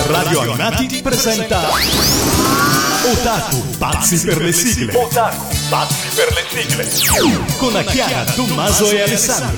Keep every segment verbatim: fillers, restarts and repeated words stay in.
Radio Animati presenta Otaku, pazzi per le sigle. Otaku, pazzi per le sigle. Con Chiara, Tommaso e Alessandro.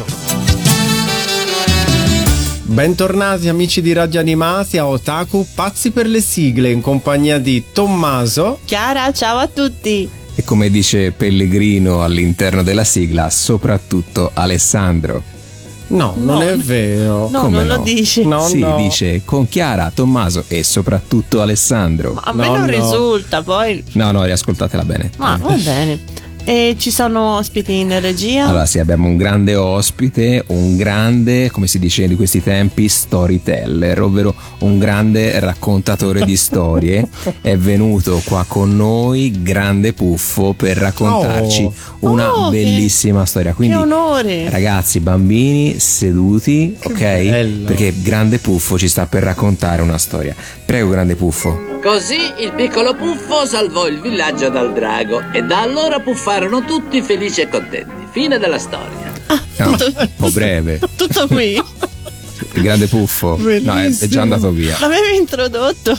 Bentornati amici di Radio Animati a Otaku, pazzi per le sigle, in compagnia di Tommaso. Chiara, ciao a tutti. E come dice Pellegrino all'interno della sigla, soprattutto Alessandro. No, no, non è vero. No, Come non no? lo dice. No, sì, no. dice con Chiara, Tommaso e soprattutto Alessandro. Ma a me No, non no. risulta, poi. No, no, riascoltatela bene. Ma va bene. E ci sono ospiti in regia? Allora sì, abbiamo un grande ospite, un grande, come si dice di questi tempi, storyteller, ovvero un grande raccontatore di storie. È venuto qua con noi, grande Puffo, per raccontarci Oh. una Oh, che- bellissima storia. Quindi, che onore. ragazzi, bambini, seduti, ok? bello. Perché grande Puffo ci sta per raccontare una storia. Prego, grande Puffo. Così il piccolo Puffo salvò il villaggio dal drago e da allora puffarono tutti felici e contenti. Fine della storia. No, un po' breve. Tutto qui. Il grande Puffo. No, è, è già andato via. L'avevi introdotto.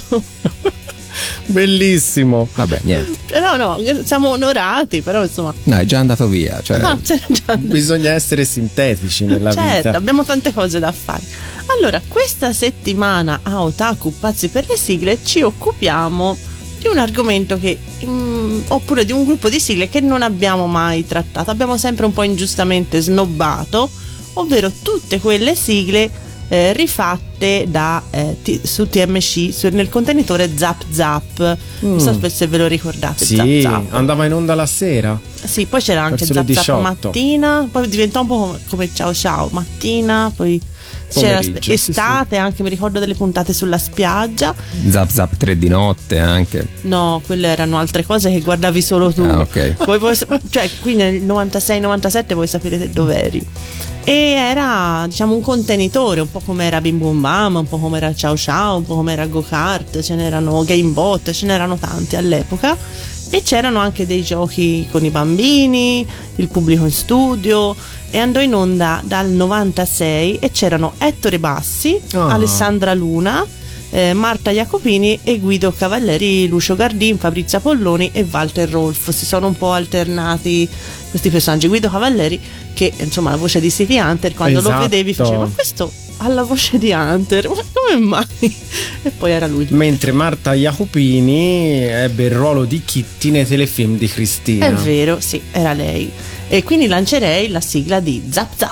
Bellissimo. Vabbè, niente. Però no, siamo onorati, però insomma. No, è già andato via. Cioè, No, c'è già. Bisogna essere sintetici nella Certo, vita. abbiamo tante cose da fare. Allora, questa settimana a Otaku Pazzi per le sigle ci occupiamo di un argomento che mm, oppure di un gruppo di sigle che non abbiamo mai trattato, abbiamo sempre un po' ingiustamente snobbato, ovvero tutte quelle sigle eh, rifatte da eh, t- su T M C su- nel contenitore Zap Zap. Non so se ve lo ricordate. Sì, Zap Zap. andava in onda la sera. Sì, poi c'era anche Verso le Zap Zap diciotto. mattina, poi diventò un po' come, come Ciao Ciao mattina, poi c'era Pomeriggio, estate, anche mi ricordo delle puntate sulla spiaggia. Zap Zap tre di notte anche. No, quelle erano altre cose che guardavi solo tu. Ah, ok. Poi, poi- cioè, qui nel novantasei novantasette vuoi sapere dov'eri. E era, diciamo, un contenitore, un po' come era Bim Bum Bam, un po' come era Ciao Ciao, un po' come era Go Kart, ce n'erano Gamebot, ce n'erano tanti all'epoca. E c'erano anche dei giochi con i bambini, il pubblico in studio, e andò in onda dal novantasei e c'erano Ettore Bassi, Ah. Alessandra Luna, eh, Marta Jacopini e Guido Cavalleri, Lucio Gardin, Fabrizia Polloni e Walter Rolf. Si sono un po' alternati questi personaggi. Guido Cavalleri, che insomma la voce di City Hunter, quando Esatto. lo vedevi facevi: ma questo ha la voce di Hunter, ma come mai? E poi era lui. Mentre Marta Jacopini ebbe il ruolo di Kitty nei telefilm di Cristina. È vero, sì, era lei. E quindi lancerei la sigla di Zap Zap.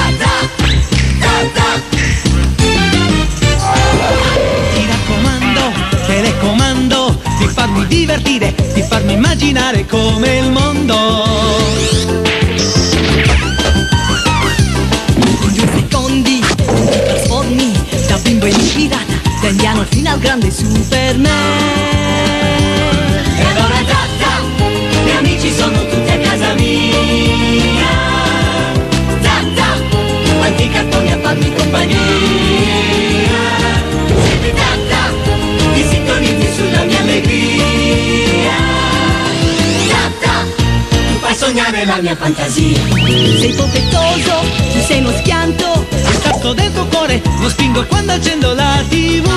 Ti raccomando, telecomando, di farmi divertire, di farmi immaginare come il mondo. In due secondi ti trasformi da bimbo in pirata, da indiano fino al grande Superman. E allora Zap, i miei amici sono tutti a casa mia. Zap, zap, quanti cartoni a farmi compagnia. Siete Zap, ti sintonizzi sulla mia allegria. Zap, tu fai sognare la mia fantasia. Sei pompetoso, tu sei uno schianto, il tasto del tuo cuore lo spingo quando accendo la tivù.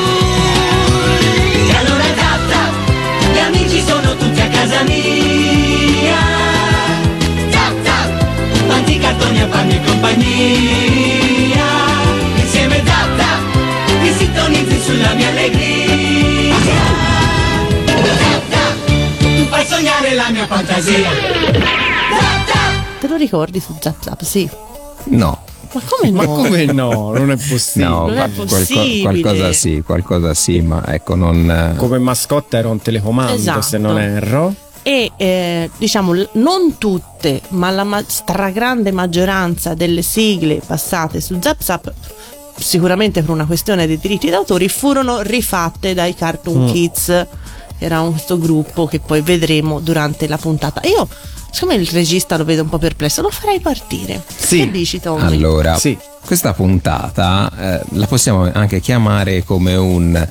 E allora Zap, zap, gli amici sono tutti a casa mia. Zap, zap, quanti cartoni a farmi compagnia. Insieme Zap, zap, ti sintonizzi sulla mia allegria. Zap, zap, tu fai sognare la mia fantasia. Zap, zap. Te lo ricordi su Zap Zap? Sì. No. Ma come no? Ma come no? Non è possibile. No, Non è ma qualco- possibile. qualcosa sì, qualcosa sì, ma ecco non. eh, Come mascotta era un telecomando, Esatto. se non erro. E eh, diciamo l- non tutte, ma la ma- stragrande maggioranza delle sigle passate su Zap Zap, sicuramente per una questione di diritti d'autori, furono rifatte dai Cartoon Mm. Kids. Era un- questo gruppo che poi vedremo durante la puntata. Io, siccome il regista lo vedo un po' perplesso, lo farei partire. Sì. Che dici, Tommy? Allora, Sì. questa puntata eh, la possiamo anche chiamare come un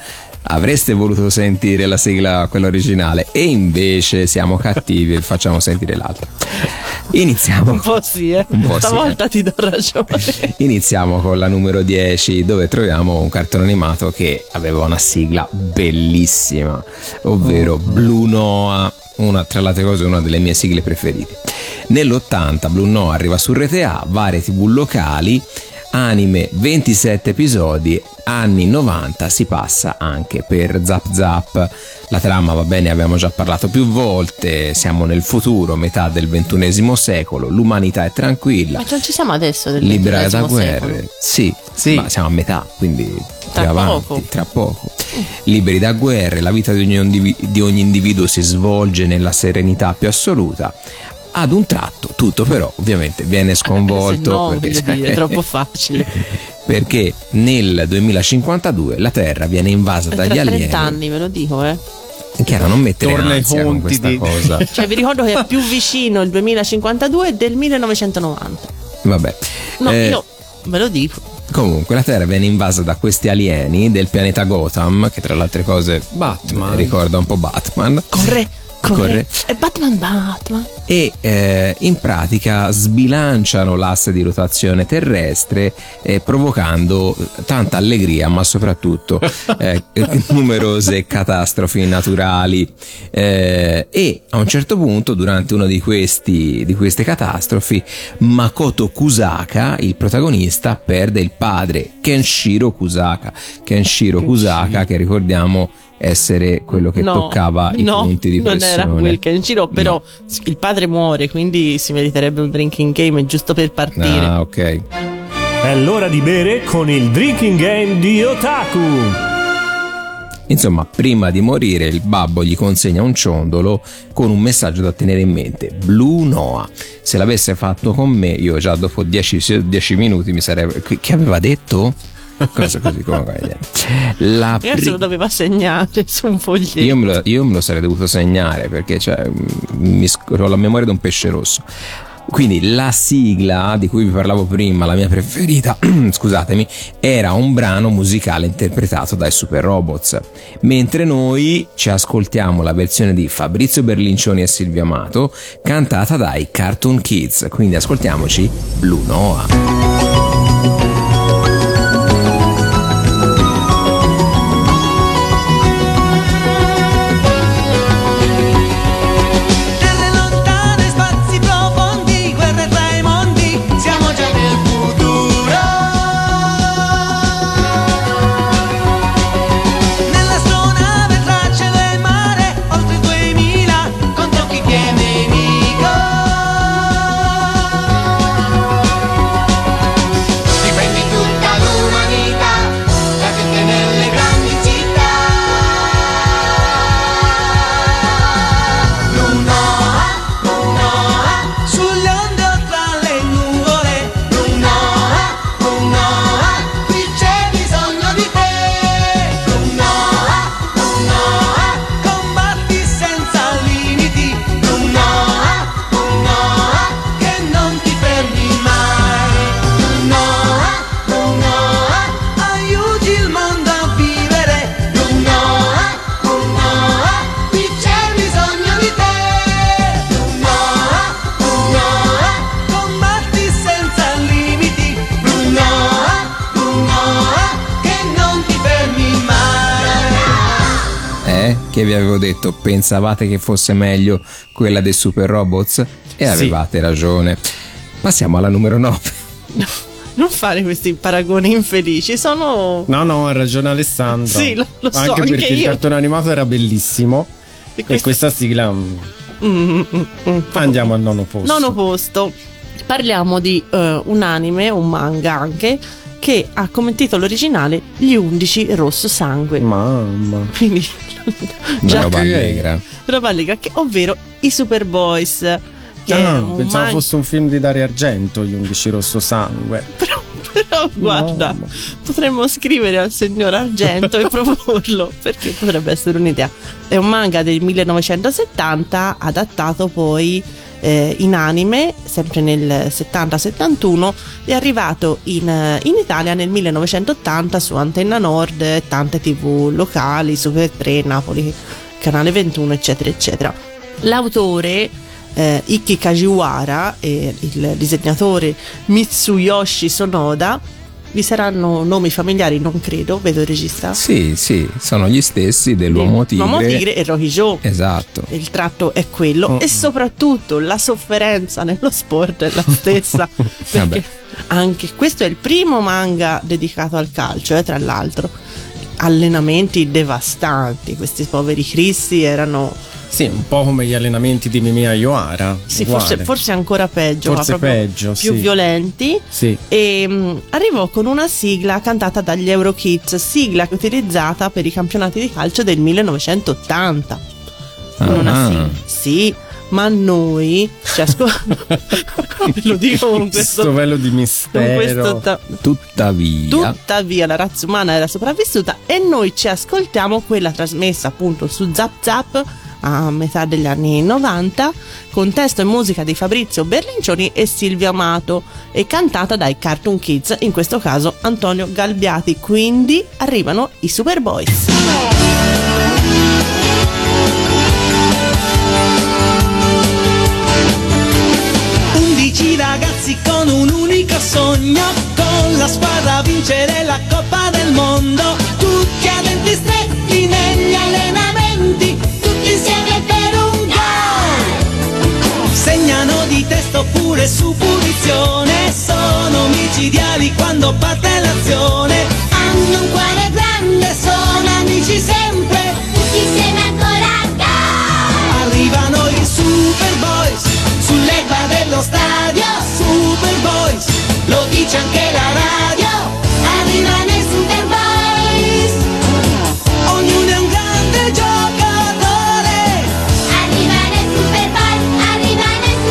avreste voluto sentire la sigla, quella originale, e invece siamo cattivi e facciamo sentire l'altra. Iniziamo. Un po' sì, eh. Un po' Stavolta sì, eh. ti do ragione. Iniziamo con la numero dieci, dove troviamo un cartone animato che aveva una sigla bellissima, ovvero Blue Noah, una, tra le altre cose, una delle mie sigle preferite. Nell'ottanta Blue Noah arriva su Rete A, varie tivù locali, anime, ventisette episodi. Anni novanta si passa anche per Zap Zap. La trama, va bene, abbiamo già parlato più volte, siamo nel futuro, metà del ventunesimo secolo, l'umanità è tranquilla. Ma non ci siamo adesso del libera da ventunesimo guerre. secolo? Sì, sì, ma siamo a metà, quindi Tra più avanti, poco. tra poco. Liberi da guerre, la vita di ogni, individu- di ogni individuo si svolge nella serenità più assoluta. Ad un tratto tutto però ovviamente viene sconvolto, Eh, se no, perché, voglio dire, è troppo facile. perché nel duemilacinquantadue la Terra viene invasa Tra dagli alieni. trenta anni, ve lo dico, eh. Chiaro, non mettere Torna ai ansia con fonti questa di- cosa. Cioè, vi ricordo che è più vicino il duemilacinquantadue del millenovecentonovanta. Vabbè. No, Eh, io ve lo dico. Comunque la Terra viene invasa da questi alieni del pianeta Gotham, che tra le altre cose Batman. ricorda un po' Batman. Corre, corre. Corre. È Batman, Batman. E eh, in pratica sbilanciano l'asse di rotazione terrestre, eh, provocando tanta allegria, ma soprattutto eh, numerose catastrofi naturali. Eh, e a un certo punto, durante una di, questi, di queste catastrofi, Makoto Kusaka, il protagonista, perde il padre, Kenshiro Kusaka. Kenshiro Kusaka, che ricordiamo essere quello che No, toccava i no, punti di non pressione. era quel Kenshiro, però No. il padre muore, quindi si meriterebbe un drinking game giusto per partire. Ah, ok. È l'ora di bere con il drinking game di Otaku. Insomma, prima di morire il babbo gli consegna un ciondolo con un messaggio da tenere in mente: Blue Noah. Se l'avesse fatto con me, io già dopo dieci minuti mi sarebbe... Che, che aveva detto? Cosa così come vai niente. La Ragazzi, pri- lo doveva segnare su un foglietto. io, me lo, io me lo sarei dovuto segnare, perché cioè, mi sc- ho la memoria di un pesce rosso. Quindi la sigla di cui vi parlavo prima, la mia preferita, scusatemi, era un brano musicale interpretato dai Super Robots, mentre noi ci ascoltiamo la versione di Fabrizio Berlincioni e Silvia Amato, cantata dai Cartoon Kids. Quindi ascoltiamoci Blue Noah. Nelle lontane spazi profondi, guerre tra i mondi, siamo già nel futuro. Nell'astronave tra cielo e mare, oltre il duemila, contro chi ti è nemico. Difendi tutta l'umanità, la gente nelle grandi città. Blue Noah, Blue Noah, sulle onde o tra le nuvole. Blue Noah, Blue Noah, qui c'è bisogno di te. Blue Noah, Blue Noah, combatti senza limiti. Blue Noah, Blue Noah, che non ti fermi mai. Blue Noah, Blue Noah, aiuti il mondo a vivere. Blue Noah, Blue Noah, qui c'è bisogno di te. Blue Noah, Blue Noah, combatti senza limiti. Blue Noah, Blue Noah, che non ti fermi mai. Eh? Che vi avevo detto, pensavate che fosse meglio quella dei Super Robots? E avevate ragione. Passiamo alla numero nove. Non fare questi paragoni infelici, sono... No, no, ha ragione Alessandra. Sì, lo- lo so, Anche anche perché il io. cartone animato era bellissimo. E E questo- questa sigla. mm, Mm, mm, mm. Andiamo al nono posto. Nono posto. Parliamo di eh, un anime, un manga anche, che ha come titolo originale Gli undici Rosso Sangue. Mamma. Quindi Una già roba che- allegra. roba allegra, che- ovvero i Superboys. Che è Ah, un pensavo man- fosse un film di Dario Argento, Gli undici Rosso Sangue. Però, però guarda, No. potremmo scrivere al signor Argento e proporlo, perché potrebbe essere un'idea. È un manga del millenovecentosettanta, adattato poi eh, in anime, sempre nel settanta settantuno, è arrivato in, in Italia nel millenovecentottanta su Antenna Nord e tante tv locali, Super tre, Napoli, Canale ventuno, eccetera eccetera. L'autore eh, Ikki Kajiwara e il disegnatore Mitsuyoshi Sonoda, vi saranno nomi familiari? Non credo, vedo il regista. Sì, sì, sono gli stessi dell'Uomo Tigre. L'Uomo Tigre e Rocky Joe. Esatto. Il tratto è quello. Oh. E soprattutto la sofferenza nello sport è la stessa. Perché anche questo è il primo manga dedicato al calcio, eh, tra l'altro. Allenamenti devastanti. Questi poveri cristi erano... Sì, un po' come gli allenamenti di Mimi Ayohara. Sì, uguale. forse, forse ancora peggio, Forse ma proprio peggio, più sì. violenti. Sì. E mh, arrivò con una sigla cantata dagli Eurokids, sigla utilizzata per i campionati di calcio del millenovecentottanta. Ah. Una sigla, sì, ma noi ci ascoltiamo. Lo dico con questo, Questo velo di con mistero. questo ta- Tuttavia, Tuttavia la razza umana era sopravvissuta e noi ci ascoltiamo quella trasmessa appunto su Zap Zap a metà degli anni novanta, con testo e musica di Fabrizio Berlincioni e Silvio Amato e cantata dai Cartoon Kids, in questo caso Antonio Galbiati. Quindi arrivano i Superboys. Undici ragazzi con un unico sogno, con la squadra a vincere la Coppa del Mondo, tutti a denti stretti negli allenamenti, tutti insieme per un gol. Segnano di testa oppure su punizione, sono micidiali quando parte l'azione, hanno un cuore grande, sono amici sempre, tutti insieme ancora a gol. Arrivano i Superboys sull'erba dello stadio, Superboys, lo dice anche la radio, arrivano i Superboys, ognuno è un grande giocatore, arrivano i Superboys, arrivano i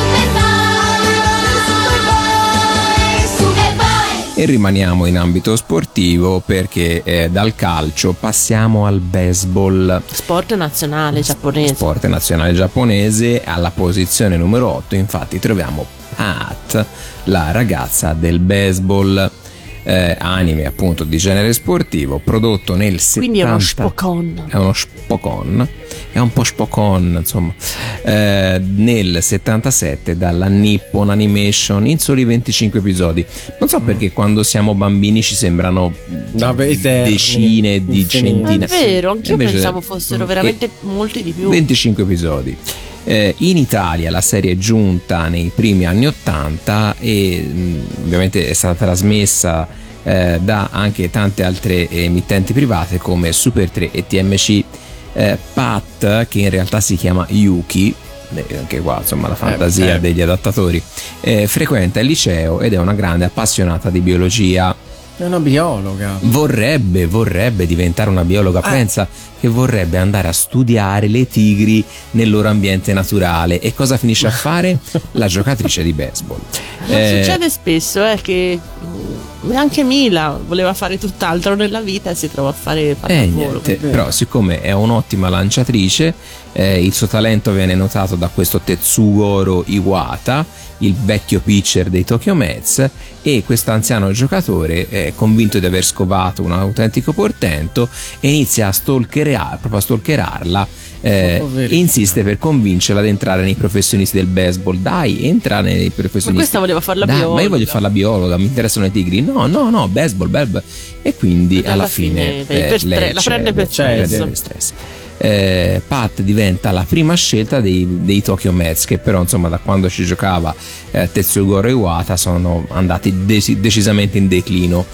Superboys, Superboys. e rimaniamo in ambito sportivo perché eh, dal calcio passiamo al baseball. Sport nazionale giapponese. Sport nazionale giapponese. Alla posizione numero otto infatti troviamo Pat, la ragazza del baseball, eh, anime appunto di genere sportivo, prodotto nel Quindi è uno settanta. Spokon. È uno Spokon, è un po' Spokon insomma, eh, nel settantasette dalla Nippon Animation in soli venticinque episodi. Non so perché quando siamo bambini ci sembrano Vabbè, eterni, decine di infiniti. centinaia. È vero, anch'io Invece- pensavo fossero veramente molti di più. venticinque episodi. Eh, in Italia la serie è giunta nei primi anni ottanta e mh, ovviamente è stata trasmessa eh, da anche tante altre emittenti private come Super tre e T M C. eh, Pat, che in realtà si chiama Yuki, eh, anche qua insomma la fantasia eh. degli adattatori, eh, frequenta il liceo ed è una grande appassionata di biologia. È una biologa. Vorrebbe, vorrebbe diventare una biologa, Ah. pensa che vorrebbe andare a studiare le tigri nel loro ambiente naturale. E cosa finisce a fare? La giocatrice di baseball. Ma Eh, succede spesso eh, che mm, anche Mila voleva fare tutt'altro nella vita e si trova a fare Eh, pallavolo. niente, però siccome è un'ottima lanciatrice, eh, il suo talento viene notato da questo Tetsugoro Iwata, il vecchio pitcher dei Tokyo Mets, e questo anziano giocatore è convinto di aver scovato un autentico portento e inizia a stalkerare, proprio a stalkerarla, eh, Poverina. e insiste per convincerla ad entrare nei professionisti del baseball. Dai, entra nei professionisti. Ma questa voleva fare la Dai, biologa. Ma io voglio fare la biologa, mi interessano i tigri. No, no, no, baseball, baseball. E quindi Alla alla fine, fine, per eh, stre- lei la prende per cede, stress. per stress. Eh, Pat diventa la prima scelta dei, dei Tokyo Mets, che però insomma da quando ci giocava eh, Tetsugoro Iwata sono andati desi- decisamente in declino.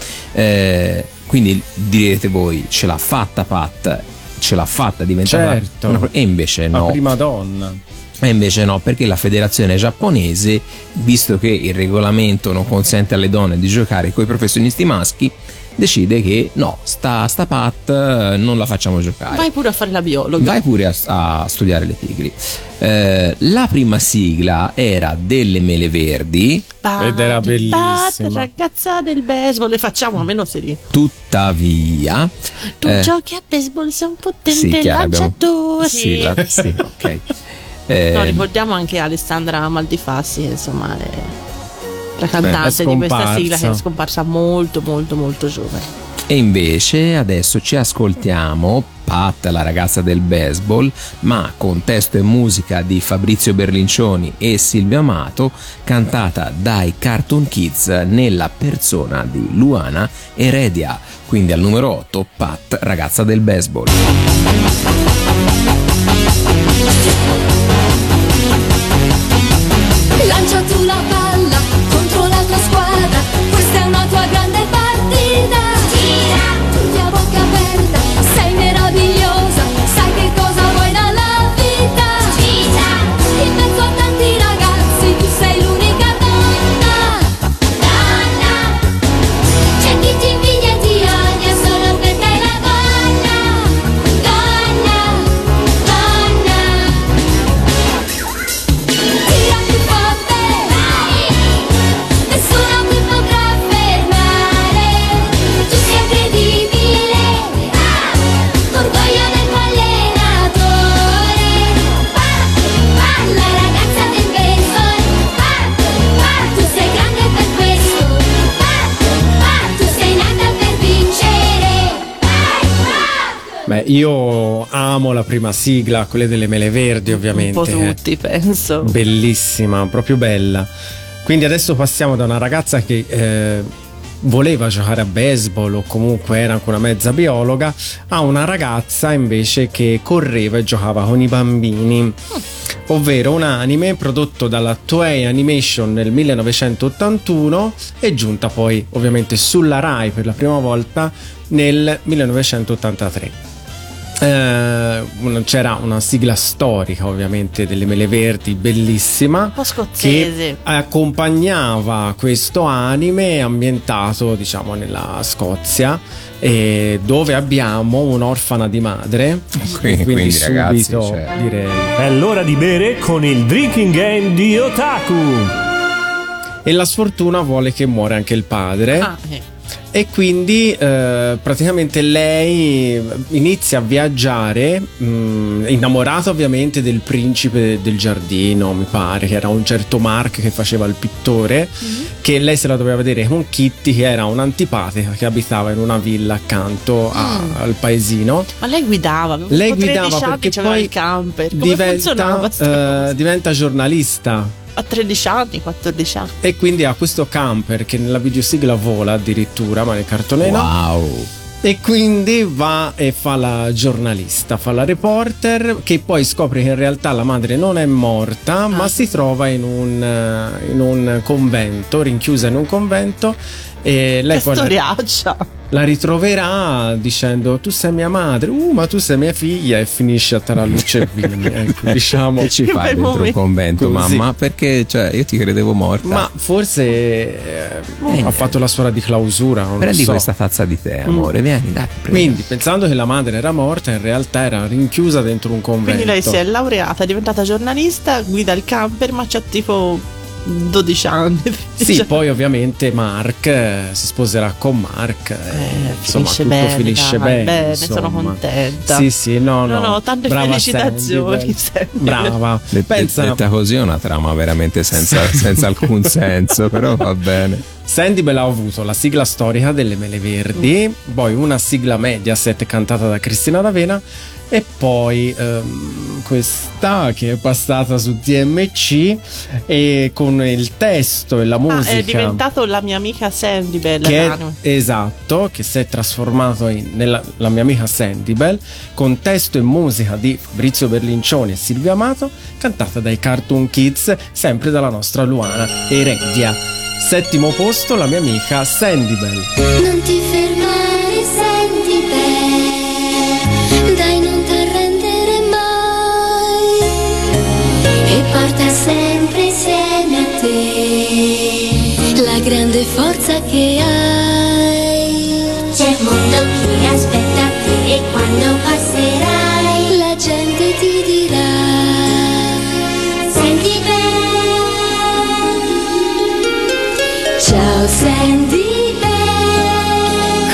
Eh, quindi direte voi, ce l'ha fatta Pat, ce l'ha fatta diventare Certo. una- e invece La no. prima donna. E invece no, perché la federazione giapponese, visto che il regolamento non consente alle donne di giocare coi professionisti maschi, decide che no, sta, sta Pat eh, non la facciamo giocare. Vai pure a fare la biologa. Vai pure a, a studiare le tigri. Eh, la prima sigla era delle mele verdi, Pat, Ed era bellissima. Pat, ragazza del baseball, le facciamo almeno serie. tuttavia. Tu eh, giochi a baseball, sei un potente sì, chiaro, abbiamo- lanciatore. Sì, la- sì, ok. Eh, No, ricordiamo anche Alessandra Maldifassi, che insomma è la cantante è di questa scomparsa. sigla, che è scomparsa molto molto molto giovane. E invece adesso ci ascoltiamo Pat, la ragazza del baseball, ma con testo e musica di Fabrizio Berlincioni e Silvio Amato, cantata dai Cartoon Kids nella persona di Luana Heredia. Quindi al numero otto, Pat, ragazza del baseball. Lancia tu la palla contro l'altra squadra, questa è una tua grande partita. Tira, tu ti a bocca aperta, sei meravigliosa, sai che cosa vuoi dalla vita. Gita, in mezzo a tanti ragazzi, tu sei l'unica donna. Donna, c'è chi ti invidia e ti odia solo perché è la donna. Donna, donna. Tira più forte, vai, nessuno ti potrà fermare. Tu sei incredibile, ah, l'orgoglio del tuo allenatore. Pat, Pat, la ragazza del baseball. Pat, Pat, tu sei grande per questo. Pat, Pat, tu sei nata per vincere. Pat, Pat. Beh, io amo la prima sigla, quelle delle Mele Verdi, ovviamente. Un po' tutti, penso. Bellissima, proprio bella. Quindi adesso passiamo da una ragazza che eh, voleva giocare a baseball o comunque era anche una mezza biologa, a una ragazza invece che correva e giocava con i bambini, ovvero un anime prodotto dalla Toei Animation nel millenovecentottantuno e giunta poi ovviamente sulla Rai per la prima volta nel millenovecentottantatré. Eh, c'era una sigla storica ovviamente delle Mele Verdi, bellissima, Un po' scozzese. che accompagnava questo anime ambientato diciamo nella Scozia, eh, dove abbiamo un'orfana di madre. Quindi, quindi, subito ragazzi, cioè. direi. È l'ora di bere con il drinking game di Otaku. E la sfortuna vuole che muore anche il padre. Ah, eh. E quindi eh, praticamente lei inizia a viaggiare, mh, innamorata ovviamente del principe del giardino, mi pare che era un certo Mark che faceva il pittore, mm-hmm. che lei se la doveva vedere con Kitty, che era un'antipatica che abitava in una villa accanto a, Mm. al paesino. Ma lei guidava, aveva Lei tipo tredici guidava anni, perché c'aveva poi il camper. Come diventa, funzionava sta eh, cosa? diventa giornalista. A tredici anni, quattordici anni. E quindi ha questo camper che nella videosigla vola addirittura, ma nel cartone no. Wow. E quindi va e fa la giornalista, fa la reporter, che poi scopre che in realtà la madre non è morta, Ah. ma si trova in un, eh, in un convento, rinchiusa in un convento. E lei Che poi la, storiaccia. la ritroverà dicendo: tu sei mia madre, uh ma tu sei mia figlia, e finisce a Tarallucce e Vini, ecco, diciamo. Che ci Che fai bei dentro un momenti. convento, Così. mamma? Perché cioè, io ti credevo morta. Ma forse eh, Eh, ha fatto la suora di clausura, non Prendi lo so. questa tazza di tè, amore, vieni, dai. prendi. Quindi, pensando che la madre era morta, in realtà era rinchiusa dentro un convento. Quindi lei si è laureata, è diventata giornalista, guida il camper, ma c'ha tipo dodici anni. Sì, poi ovviamente Mark eh, si sposerà con Mark. Eh, insomma, finisce tutto bene, finisce dai, bene. bene, insomma. sono contenta. Sì, sì, no, no. No, no, tante Brava felicitazioni, Sandy, Sandy. brava. Det- Pensa, detta così è una trama veramente senza, senza alcun senso, però va bene. Sandy Bell ha avuto la sigla storica delle Mele Verdi, poi una sigla Mediaset cantata da Cristina D'Avena e poi ehm, questa che è passata su T M C e con il testo e la musica. Ah, è diventato la mia amica Sandy Bell. che è, l'anime. esatto, che si è trasformato in, nella la mia amica Sandy Bell, con testo e musica di Fabrizio Berlincioni e Silvio Amato, cantata dai Cartoon Kids, sempre dalla nostra Luana Heredia. Settimo posto, la mia amica Sandy Bell. Non ti fermare, senti bene, dai non t'arrendere mai, e porta sempre insieme a te la grande forza che hai. C'è un mondo che aspetta te e quando passerai la gente ti dirà: senti bene. Ciao Sandy Bell,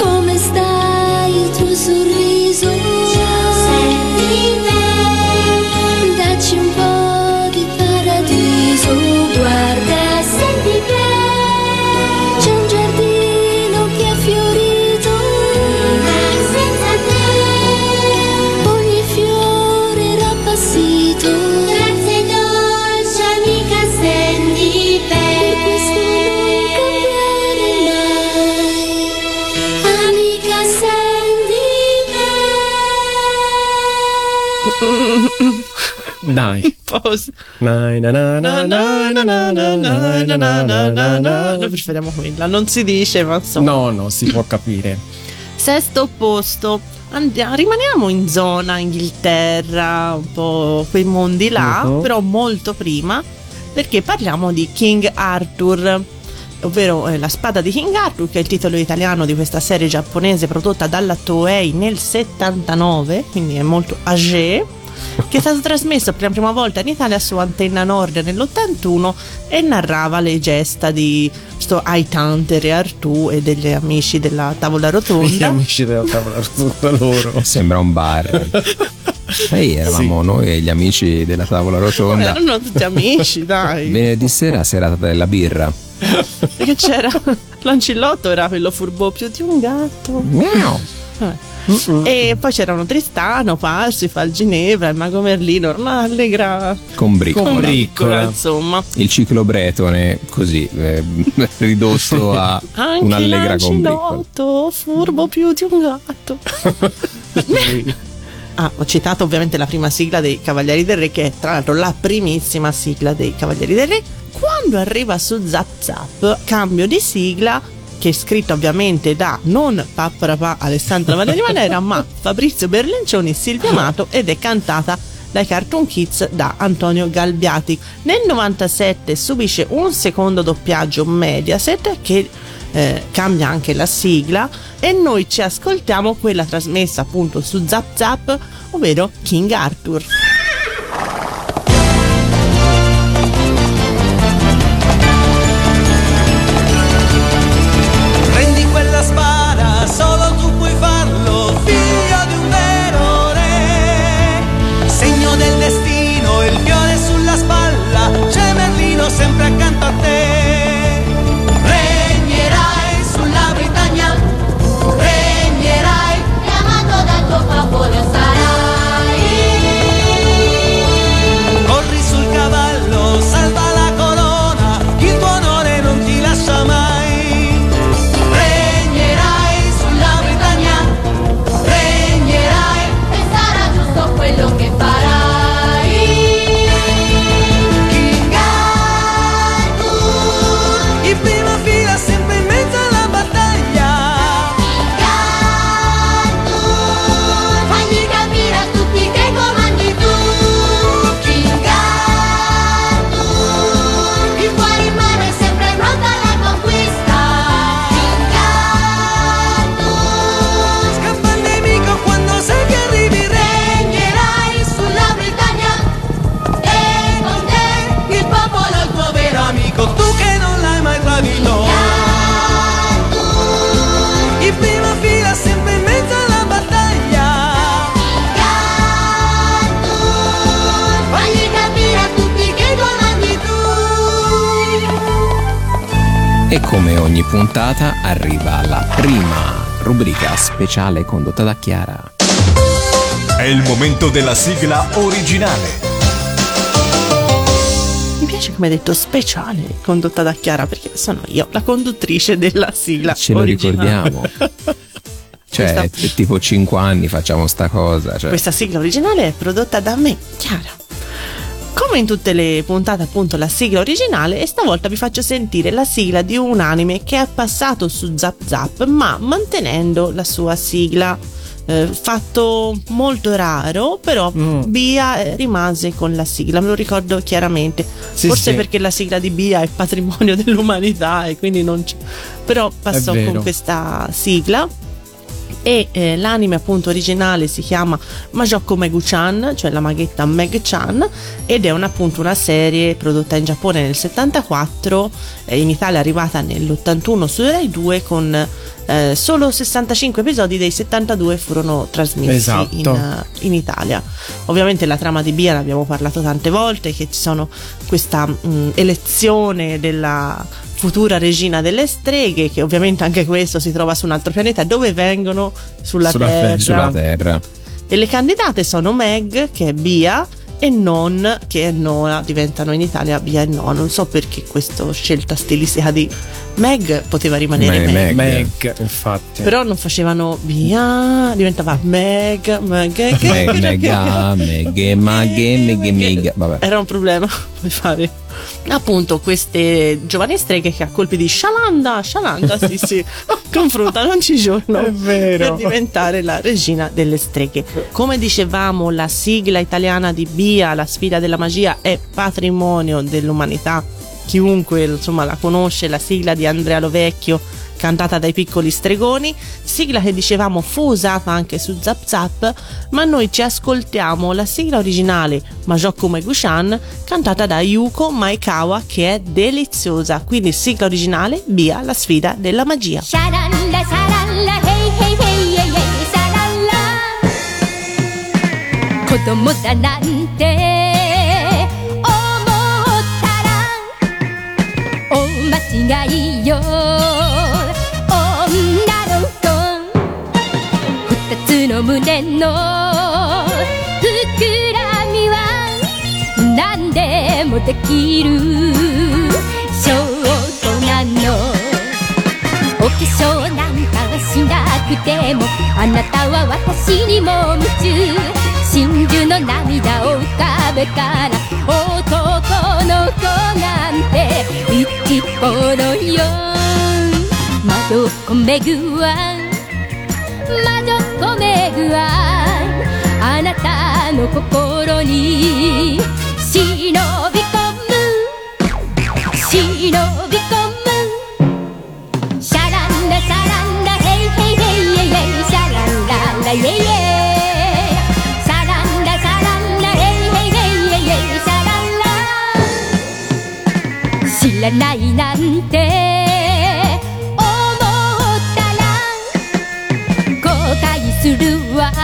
Dai. Pause. Na, na, na, na, na, na, na, na, na, na, na, na, na. Noi preferiamo quella, non si dice, ma insomma. No, no, si può capire. Sesto posto. Andiamo, rimaniamo in zona Inghilterra, un po' quei mondi là, Uh-huh. però molto prima, perché parliamo di King Arthur, ovvero eh, La spada di King Arthur, che è il titolo italiano di questa serie giapponese prodotta dalla Toei nel settantanove, quindi è molto âgé, che è stato trasmesso per la prima volta in Italia su Antenna Nord nell'ottantuno e narrava le gesta di sto Hightower e Artù e degli amici della tavola Gli rotonda. amici della tavola rotonda loro. Sembra un bar. Poi eravamo noi e gli amici della tavola rotonda. Erano tutti amici, dai. Venerdì sera serata della birra. Perché c'era Lancillotto, era quello furbo più di un gatto. Miau. Vabbè. E poi c'erano Tristano, Parsifal, Ginevra, il mago Merlino, una allegra Con briccola. Con piccola, briccola. insomma. Il ciclo bretone, così, eh, ridotto a Anche un'allegra con briccola. Lancillotto, furbo più di un gatto. Ah, ho citato ovviamente la prima sigla dei Cavalieri del Re, che è tra l'altro la primissima sigla dei Cavalieri del Re. Quando arriva su Zap Zap, cambio di sigla, che è scritta ovviamente da non Papparapà Alessandra Valeria Manera, ma Fabrizio Berlincioni e Silvia Amato, ed è cantata dai Cartoon Kids da Antonio Galbiati. Nel novantasette subisce un secondo doppiaggio Mediaset che eh, cambia anche la sigla, e noi ci ascoltiamo quella trasmessa appunto su Zap Zap, ovvero King Arthur. Prendi quella spada, solo tu puoi farlo, figlio di un vero re. Segno del destino, il fiore sulla spalla, c'è Merlino sempre accanto a te. Regnerai sulla Britannia, regnerai, E amato dal tuo popolo sarai. corri sul cavallo, salva la corona, il tuo onore non ti lascia mai. Regnerai sulla Britannia, regnerai, E sarà giusto quello che farai. King Arthur, in prima fila sempre in mezzo alla battaglia. Arthur, fagli capire a tutti che comandi tu. King Arthur, Il cuore in mano è sempre pronto alla conquista. King Arthur, scappa il nemico quando sai che arrivi. regnerai sulla Britannia, e con te Il popolo è il tuo vero amico, tu che non l'hai mai tradito. Arthur, In prima fila sempre in mezzo alla battaglia. Arthur, fagli capire a tutti che comandi tu. E come ogni puntata arriva la prima rubrica speciale condotta da Chiara. È il momento della sigla originale. Mi piace come hai detto speciale, condotta da Chiara, perché sono io la conduttrice della sigla Ce lo originale. ricordiamo. Cioè, Questa- t- tipo cinque anni facciamo sta cosa. Cioè. Questa sigla originale è prodotta da me, Chiara. Come in tutte le puntate, appunto, la sigla originale, e stavolta vi faccio sentire la sigla di un anime che è passato su Zap Zap, ma mantenendo la sua sigla. Eh, fatto molto raro, però Mm. Bia eh, rimase con la sigla, me lo ricordo chiaramente. Sì, Forse sì. perché la sigla di Bia è patrimonio dell'umanità e quindi non c'è. Però passò vero. con questa sigla. E eh, l'anime appunto originale si chiama Majoko Megu-chan, cioè la maghetta Meg-chan, ed è un, appunto una serie prodotta in Giappone nel settantaquattro, eh, in Italia è arrivata nell'ottantuno su Rai due, con eh, solo sessantacinque episodi dei settantadue furono trasmessi Esatto. in, eh, in Italia. Ovviamente la trama di Bia ne abbiamo parlato tante volte, che ci sono questa mh, elezione della futura regina delle streghe, che ovviamente anche questo si trova su un altro pianeta, dove vengono sulla, Sulla terra. terra. Sulla terra. E le candidate sono Meg, che è Bia, e Non, che è Nona, diventano in Italia Bia e No. Non so perché questa scelta stilistica di Meg, poteva rimanere Me- Meg, Meg. Meg, infatti. però non facevano Bia, diventava Meg, Meg, Me- Mega, meghe, maghe, meghe, mega. Vabbè. era un problema puoi fare appunto queste giovani streghe che a colpi di scialanda scialanda si si confrontano ogni giorno È vero. per diventare la regina delle streghe. Come dicevamo, la sigla italiana di Bia, la sfida della magia, è patrimonio dell'umanità. Chiunque insomma la conosce, la sigla di Andrea Lovecchio cantata dai piccoli stregoni, sigla che dicevamo fu usata anche su Zap Zap, ma noi ci ascoltiamo la sigla originale Majoku Megushan cantata da Yuko Maekawa, che è deliziosa. Quindi sigla originale Bia, la sfida della magia. Sharalla sharalla hey hey hey hey hey sharalla Kodomo da nante omottara omachigai yo onna no kon futatsu no mune no fukurami wa nandemo dekiru shouto nano お化粧なんかはしなくてもあなたは私にも夢中真珠の涙を浮かべたら男の子なんて一頃よ魔女子めぐわ魔女子めぐわあなたの心に忍び込む忍び込むシャランラシャランラヘイヘイヘイヘイヘイシャランラライエイエイシャランラシャランラヘイヘイヘイヘイヘイシャランラ知らないなんて思ったら後悔するわ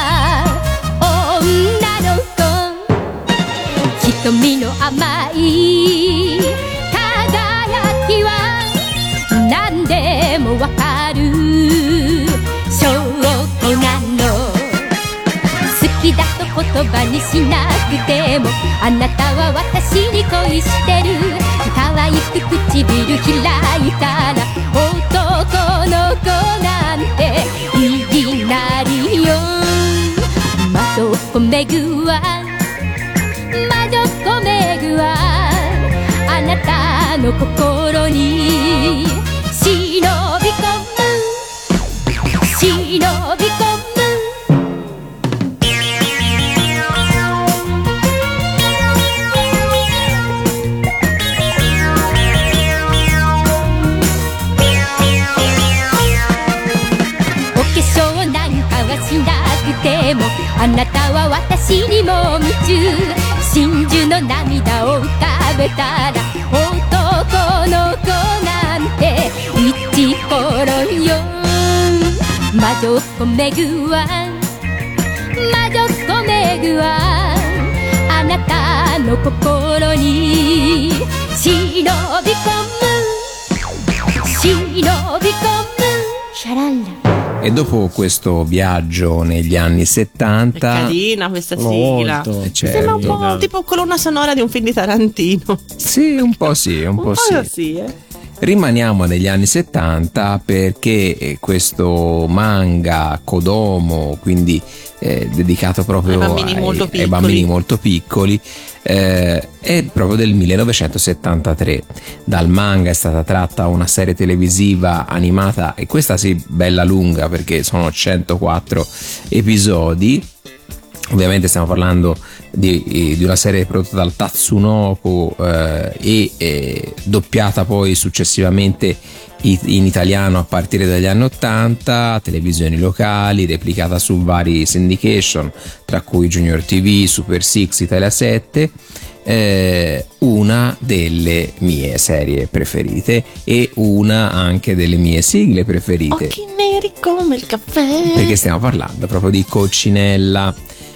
女の子瞳の甘い輝きは何でもわかる証拠なの好きだと言葉にしなくてもあなたは私に恋してる可愛く唇開いたら男の子なんていきなりよ魔女子めぐわ魔女子めぐわあなたの心に忍び込む忍び込むお化粧なんかはしなくてもあなたは私にも夢中真珠の涙を浮かべたら男の子なんて一頃よ魔女子めぐわ魔女子めぐわあなたの心に忍び込む忍び込むシャランラ E dopo questo viaggio negli anni È settanta, carina questa sigla. Molto. Mi certo. sembra un po' tipo colonna sonora di un film di Tarantino. sì, un po' sì, un po' Un sì. po' sì, eh. Rimaniamo negli anni settanta perché questo manga Kodomo, quindi eh, dedicato proprio Ai bambini molto ai piccoli. bambini molto piccoli, eh, è proprio del millenovecentosettantatré. Dal manga è stata tratta una serie televisiva animata, e questa sì, bella lunga perché sono centoquattro episodi. Ovviamente stiamo parlando di, di una serie prodotta dal Tatsunoko eh, e eh, doppiata poi successivamente in italiano a partire dagli anni ottanta, televisioni locali, replicata su vari syndication, tra cui Junior T V, Super Six, Italia sette. Eh, una delle mie serie preferite e una anche delle mie sigle preferite. Occhi neri come il caffè. Perché stiamo parlando proprio di Coccinella.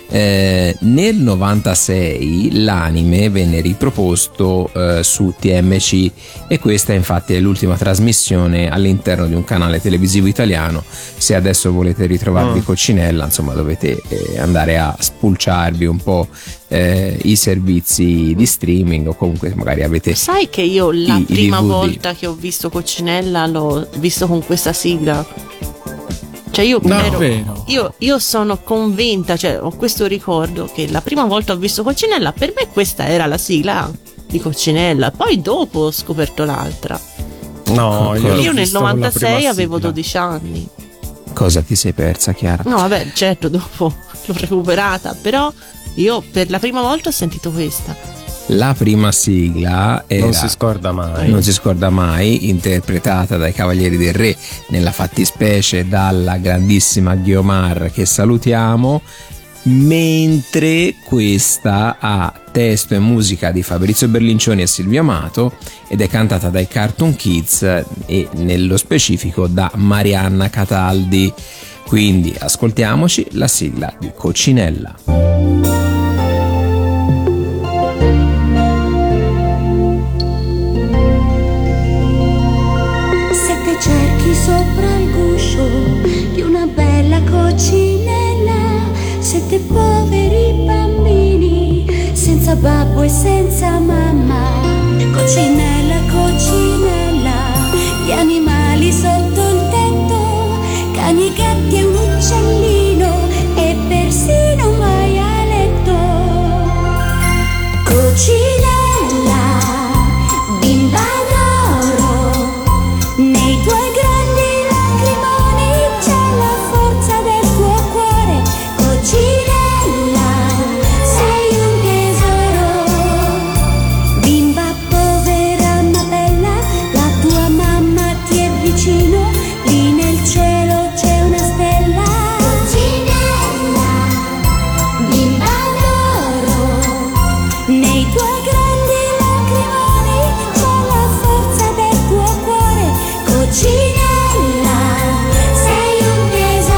Eh, nel novantasei l'anime venne riproposto eh, su T M C e questa infatti è l'ultima trasmissione all'interno di un canale televisivo italiano. Se adesso volete ritrovarvi Mm. Coccinella, insomma dovete eh, andare a spulciarvi un po' eh, i servizi di streaming, o comunque magari avete Sai che io la i- i prima D V D. volta che ho visto Coccinella l'ho visto con questa sigla. Cioè io No, ero- vero. io, io sono convinta, cioè ho questo ricordo che la prima volta ho visto Coccinella, per me questa era la sigla di Coccinella, poi dopo ho scoperto l'altra. No, io, l'ho Io nel visto con la novantasei prima avevo sigla. dodici anni. Cosa ti sei persa, Chiara? No, vabbè, certo, dopo l'ho recuperata, però io per la prima volta ho sentito questa. La prima sigla era, Non si scorda mai. non si scorda mai, interpretata dai Cavalieri del Re, nella fattispecie dalla grandissima Ghiomar, che salutiamo, mentre questa ha testo e musica di Fabrizio Berlincioni e Silvio Amato ed è cantata dai Cartoon Kids e nello specifico da Marianna Cataldi. Quindi ascoltiamoci la sigla di Coccinella. Sette cerchi sopra il guscio di una bella coccinella, sette poveri bambini senza babbo e senza mamma. Coccinella, coccinella, gli animali sotto il tetto, cani, gatti e un uccellino e persino un maialetto. Coccinella, bimba d'oro, nei tuoi grandi lacrimoni c'è la forza del tuo cuore. Coccinella, sei un tesoro. Bimba povera ma bella, la tua mamma ti è vicino, lì nel cielo c'è una stella. Coccinella, bimba d'oro, nei tuoi grandi lacrimoni c'è la forza del tuo cuore. Coccinella, sei un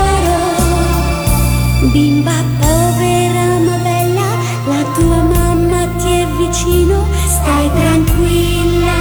tesoro. Bimba povera ma bella, la tua mamma ti è vicino, stai tranquilla.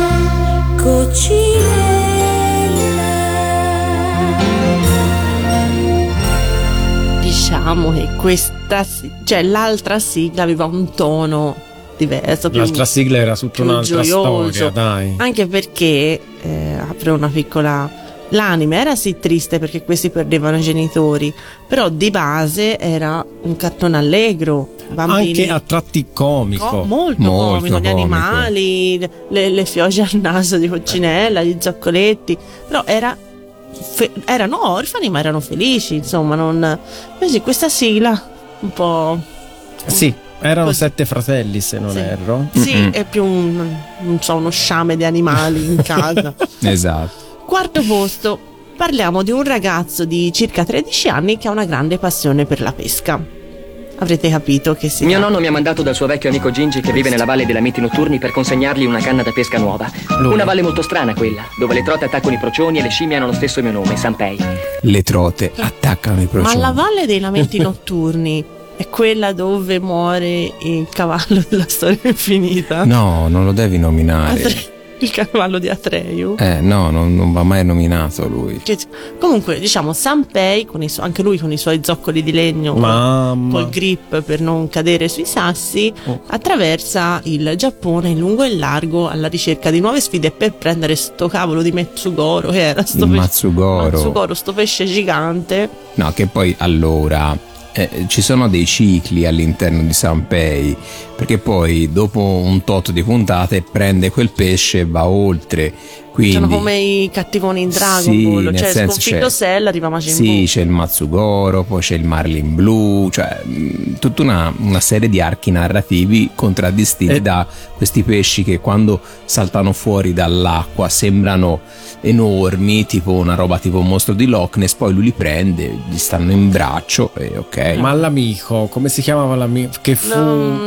Coccinella. Diciamo che questa, si- cioè l'altra sigla aveva un tono diverso. più- L'altra sigla era tutta più un'altra gioioso. storia, dai. Anche perché, eh, apro una piccola. L'anime era sì triste perché questi perdevano i genitori, però di base era un cartone allegro. Bambini. Anche a tratti comico. Co- molto, Molto comico, gli comico. animali, le, le fioge al naso di Coccinella, gli zoccoletti, però era fe- erano orfani ma erano felici, insomma, non invece questa sigla un po' Sì, erano Così. sette fratelli, se non sì. erro. Sì, Mm-mm. è più un, non so, uno sciame di animali in casa. Esatto. Quarto posto, parliamo di un ragazzo di circa tredici anni che ha una grande passione per la pesca. Avrete capito che si Mio tratta- nonno mi ha mandato dal suo vecchio amico Gingi che vive nella valle dei Lamenti Notturni per consegnargli una canna da pesca nuova. Lui. Una valle molto strana quella, dove le trote attaccano i procioni e le scimmie hanno lo stesso mio nome, Sanpei. Le trote attaccano i Ma procioni. la valle dei lamenti notturni è quella dove muore il cavallo della storia infinita? No, non lo devi nominare. Atre- il cavallo di Atreyu. Eh, no, non, non va mai nominato lui. Che- Comunque, diciamo, Sanpei, con i su- anche lui con i suoi zoccoli di legno, col- Mamma. col grip per non cadere sui sassi, Oh. attraversa il Giappone in lungo e largo alla ricerca di nuove sfide per prendere sto cavolo di Metsugoro, che era sto Il pesce- Matsugoro. Matsugoro, sto pesce gigante. No, che poi allora eh, ci sono dei cicli all'interno di Sanpei, perché poi dopo un tot di puntate prende quel pesce e va oltre. Quindi, Sono come i cattivoni in Dragon sì, Ball, nel cioè senso sconfitto c'è- Cell arriva Majin Sì, Buu. c'è il Matsugoro, poi c'è il Marlin Blu, cioè mh, tutta una, una serie di archi narrativi contraddistinti E- da questi pesci che quando saltano fuori dall'acqua sembrano enormi, tipo una roba tipo un mostro di Loch Ness, poi lui li prende, gli stanno in braccio e ok. Ma l'amico, come si chiamava l'amico? Che fu. No,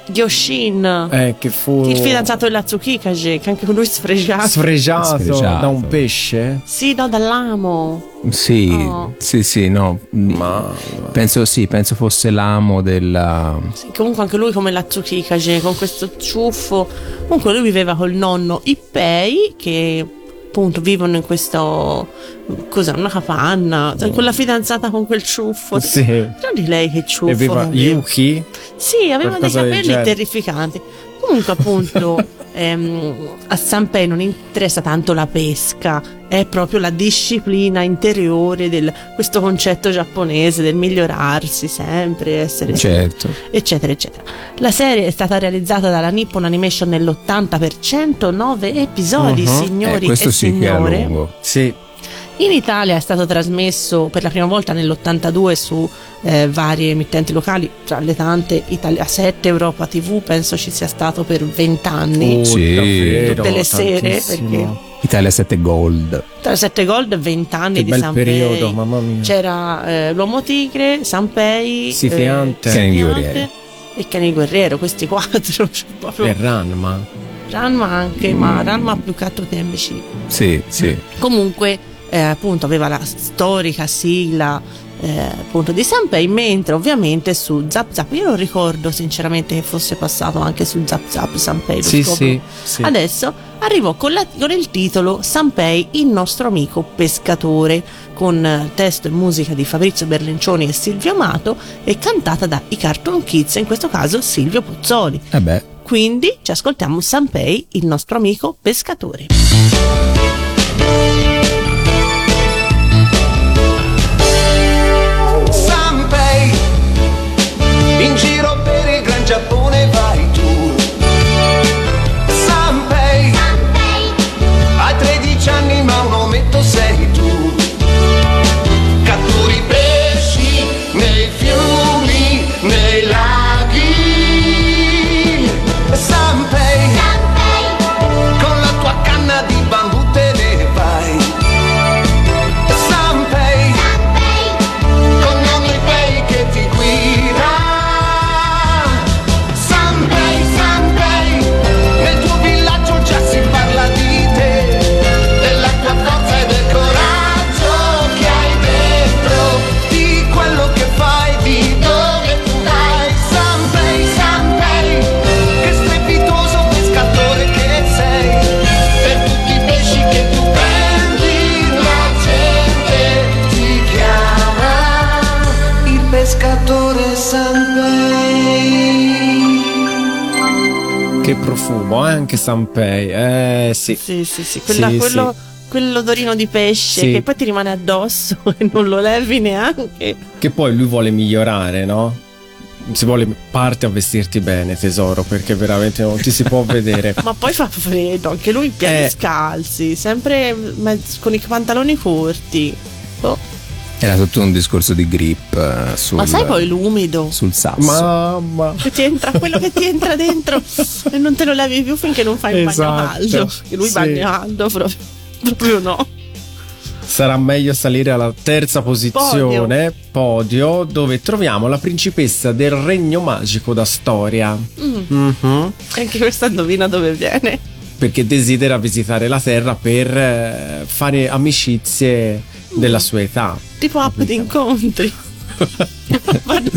Gyoshin, Eh, che fu il fidanzato della Tsukikage, che anche lui sfregiato. sfregiato, Sfregiato. da un pesce. Sì, no, dall'amo. Sì, Oh. sì, sì, no. Ma Penso sì, penso fosse l'amo della. Sì, comunque anche lui come la Tsukikage, con questo ciuffo. Comunque lui viveva col nonno Ippei, che appunto vivono in questo, cos'è, una capanna, con la fidanzata con quel ciuffo. sì. Non di lei che ciuffo E aveva aveva. Yuki. Sì, aveva dei Qualcosa del capelli genere. terrificanti. Comunque appunto ehm, a Sanpei non interessa tanto la pesca, è proprio la disciplina interiore del questo concetto giapponese del migliorarsi sempre, essere Certo. eccetera eccetera. La serie è stata realizzata dalla Nippon Animation nell'ottanta per cento, nove episodi, Mhm. signori Eh, questo e sì che era signore. lungo. Sì. In Italia è stato trasmesso per la prima volta nell'ottantadue su eh, varie emittenti locali, tra le tante Italia sette, Europa tivù, penso ci sia stato per vent'anni. Oh, Sì. davvero, Tutte le sere, tantissimo. perché Italia sette Gold. tra sette Gold e vent'anni Che di bel Sanpei. periodo, mamma mia. C'era eh, l'Uomo Tigre, Sanpei, Sifiante. Kenny Sifiante Guerriero. e Kenny Guerriero, questi quattro. Cioè, proprio E Ranma. Ranma anche, ma Ranma più che altro T M C. Sì, sì. Comunque eh, appunto aveva la storica sigla eh, appunto di Sanpei, mentre ovviamente su Zap Zap io non ricordo sinceramente che fosse passato anche su Zap Zap Sanpei, lo Sì, scopro sì, sì. adesso. Arrivò con, la- con il titolo Sanpei, il nostro amico pescatore, con eh, testo e musica di Fabrizio Berlincioni e Silvio Amato e cantata da i Cartoon Kids, in questo caso Silvio Puzzoli. Eh beh. Quindi ci ascoltiamo Sanpei, il nostro amico pescatore. Sanpei, in giro per il Gran Giappone vai tu. Sanpei, hai tredici anni ma un ometto sei tu. Catturi pesci nei fiumi, nei laghi. Sanpei, con la tua canna di bambù te ne vai. Sanpei, con ogni pei che ti guida. Sanpei, Sanpei, nel tuo villaggio già si parla di te, della tua forza e del coraggio che hai dentro, di quello che fai, di dove tu vai. Sanpei, Sanpei, che strepitoso pescatore che sei, per tutti i pesci che tu prendi la gente ti chiama il pescatore Sanpei. Che profumo, eh, anche Sanpei. Eh sì. Sì, sì, sì, quella- Sì, quello, sì. quell'odorino di pesce Sì. che poi ti rimane addosso e non lo levi neanche. Che poi lui vuole migliorare, no? Si vuole parte a vestirti bene, tesoro, perché veramente non ti si può vedere. Ma poi fa freddo, anche lui piedi Eh. scalzi, sempre mezz- con i pantaloni corti. Oh, Era tutto un discorso di grip eh, sul, ma sai poi l'umido sul sasso. Mamma. che ti entra, quello che ti entra dentro e non te lo levi più finché non fai un Esatto, bagno caldo. Che lui sì. bagno caldo proprio, proprio no. Sarà meglio salire alla terza posizione, podio, dove troviamo la principessa del regno magico da storia. Mhm. Anche questa indovina dove viene. Perché desidera visitare la Terra per eh, fare amicizie della sua età. Tipo app di incontri. Vado,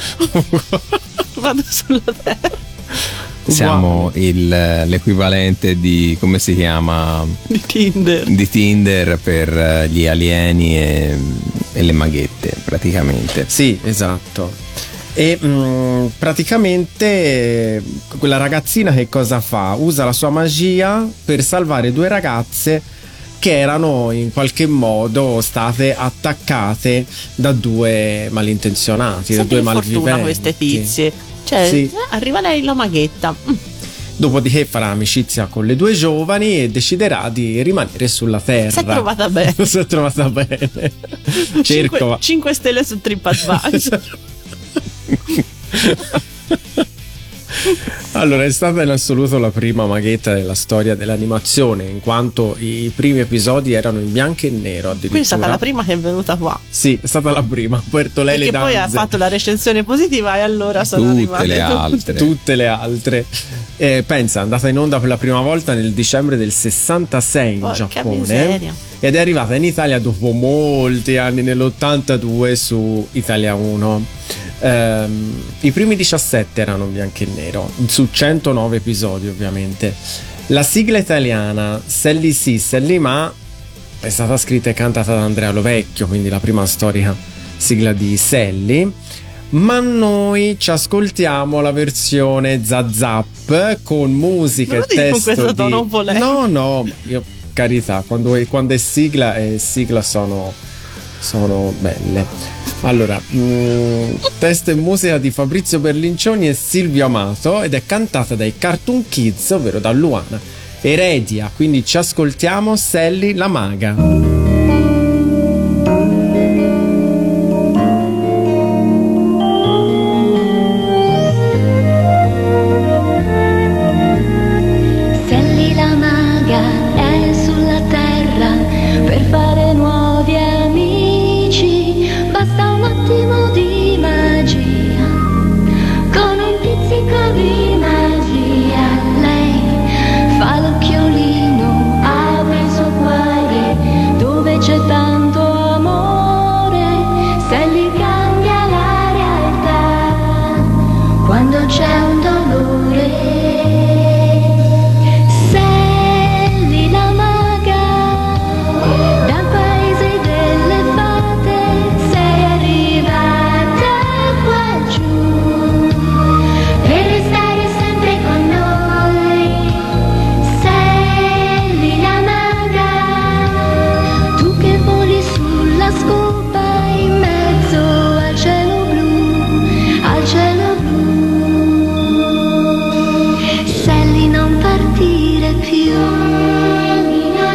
vado sulla terra Siamo il, l'equivalente di, come si chiama, di Tinder. di Tinder per eh, gli alieni e, e le maghette praticamente. Sì, esatto. E mh, praticamente eh, quella ragazzina che cosa fa? Usa la sua magia per salvare due ragazze che erano in qualche modo state attaccate da due malintenzionati, da Sempre due in fortuna malviventi. queste tizie. Cioè, Sì. eh, arriva lei la maghetta. Mm. Dopodiché farà amicizia con le due giovani e deciderà di rimanere sulla Terra. Si è trovata bene. Si è trovata bene. Cerco. cinque stelle su TripAdvisor. Allora, è stata in assoluto la prima maghetta della storia dell'animazione, in quanto i primi episodi erano in bianco e nero addirittura. Quindi è stata la prima che è venuta qua. Sì, è stata la prima. Puerto Lele Perché poi ha fatto la recensione positiva e allora sono Tutte arrivate le altre. Tutte le altre. Eh, pensa, è andata in onda per la prima volta nel dicembre del sessantasei in Porca Giappone. miseria. Ed è arrivata in Italia dopo molti anni, nell'ottantadue su Italia uno. Ehm, I primi diciassette erano in bianco e nero, su centonove episodi ovviamente. La sigla italiana Sally sì, Sally ma è stata scritta e cantata da Andrea Lovecchio, quindi la prima storica sigla di Sally. Ma noi ci ascoltiamo la versione Zazap con musica Non e lo dici con testo questo di... tono polemico. No, no, io, carità, quando è, quando è sigla e sigla sono, sono belle. Allora, mh, testo e musica di Fabrizio Berlincioni e Silvio Amato ed è cantata dai Cartoon Kids, ovvero da Luana Eredia. Quindi ci ascoltiamo Sally la maga. Sally la maga è sulla terra per fare nuovi amici, basta un attimo di magia, con un pizzico di magia. Lei fa l'occhiolino, apre il suo cuore dove c'è tanto amore. Sally cambia la realtà quando c'è un dolore. Sally la maga, dal paese delle fate sei arrivata qua giù per restare sempre con noi. Sally la maga, tu che voli sulla scopa in mezzo al cielo blu, al cielo blu. Sally non partire più. Sally la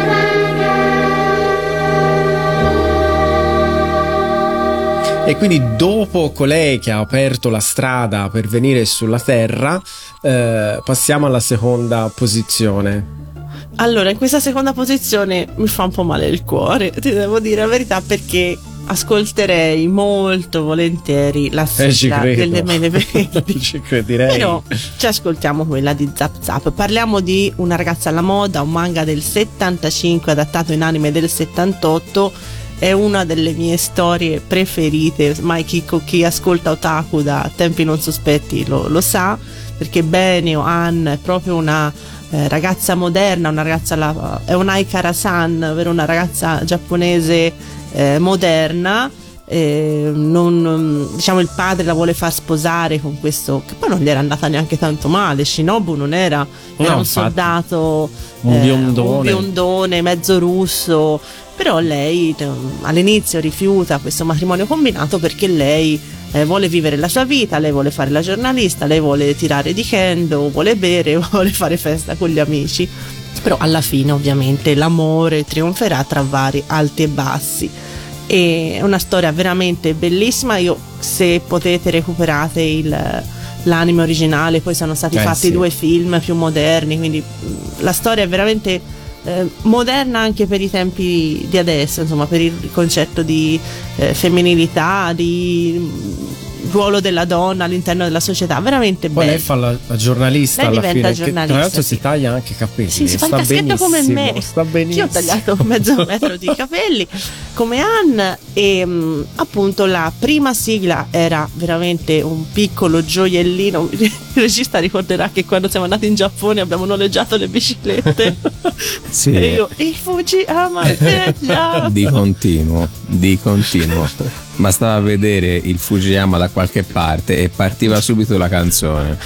maga. E quindi dopo colei che ha aperto la strada per venire sulla terra, eh, passiamo alla seconda posizione. Allora, in questa seconda posizione mi fa un po' male il cuore, ti devo dire la verità, perché ascolterei molto volentieri la Eh, ci sigla credo. delle Mele Verdi. Ci crederei. Però ci ascoltiamo quella di Zap Zap. Parliamo di Una ragazza alla moda, un manga del settantacinque adattato in anime del settantotto. È una delle mie storie preferite, mai chi, chi ascolta Otaku da tempi non sospetti lo, lo sa, perché Benio Ann è proprio una eh, ragazza moderna, una ragazza alla, è un Aikara-san, ovvero una ragazza giapponese eh, moderna. Eh, non, diciamo, il padre la vuole far sposare con questo, che poi non gli era andata neanche tanto male. Shinobu non era, era No, un infatti. soldato Un eh, biondone. un biondone mezzo russo, però lei eh, all'inizio rifiuta questo matrimonio combinato perché lei eh, vuole vivere la sua vita, lei vuole fare la giornalista, lei vuole tirare di kendo, vuole bere, vuole fare festa con gli amici. Però alla fine ovviamente l'amore trionferà tra vari alti e bassi. E è una storia veramente bellissima. Io, se potete, recuperate il, l'anime originale, poi sono stati Eh, fatti sì. due film più moderni, quindi mh, la storia è veramente eh, moderna anche per i tempi di adesso, insomma, per il concetto di eh, femminilità, di mh, ruolo della donna all'interno della società, veramente Poi bello. lei fa la, la giornalista Lei alla diventa fine, che giornalista, tra l'altro sì. si taglia anche i capelli. Sì, si fa il sta caschetto come benissimo, me. sta Io benissimo. ho tagliato mezzo metro di capelli come Anne e mh, appunto la prima sigla era veramente un piccolo gioiellino. Il regista ricorderà che quando siamo andati in Giappone abbiamo noleggiato le biciclette. Sì. E io, il Fujiyama Teggia. Di continuo, di continuo. Bastava vedere il Fujiyama da qualche parte e partiva subito la canzone.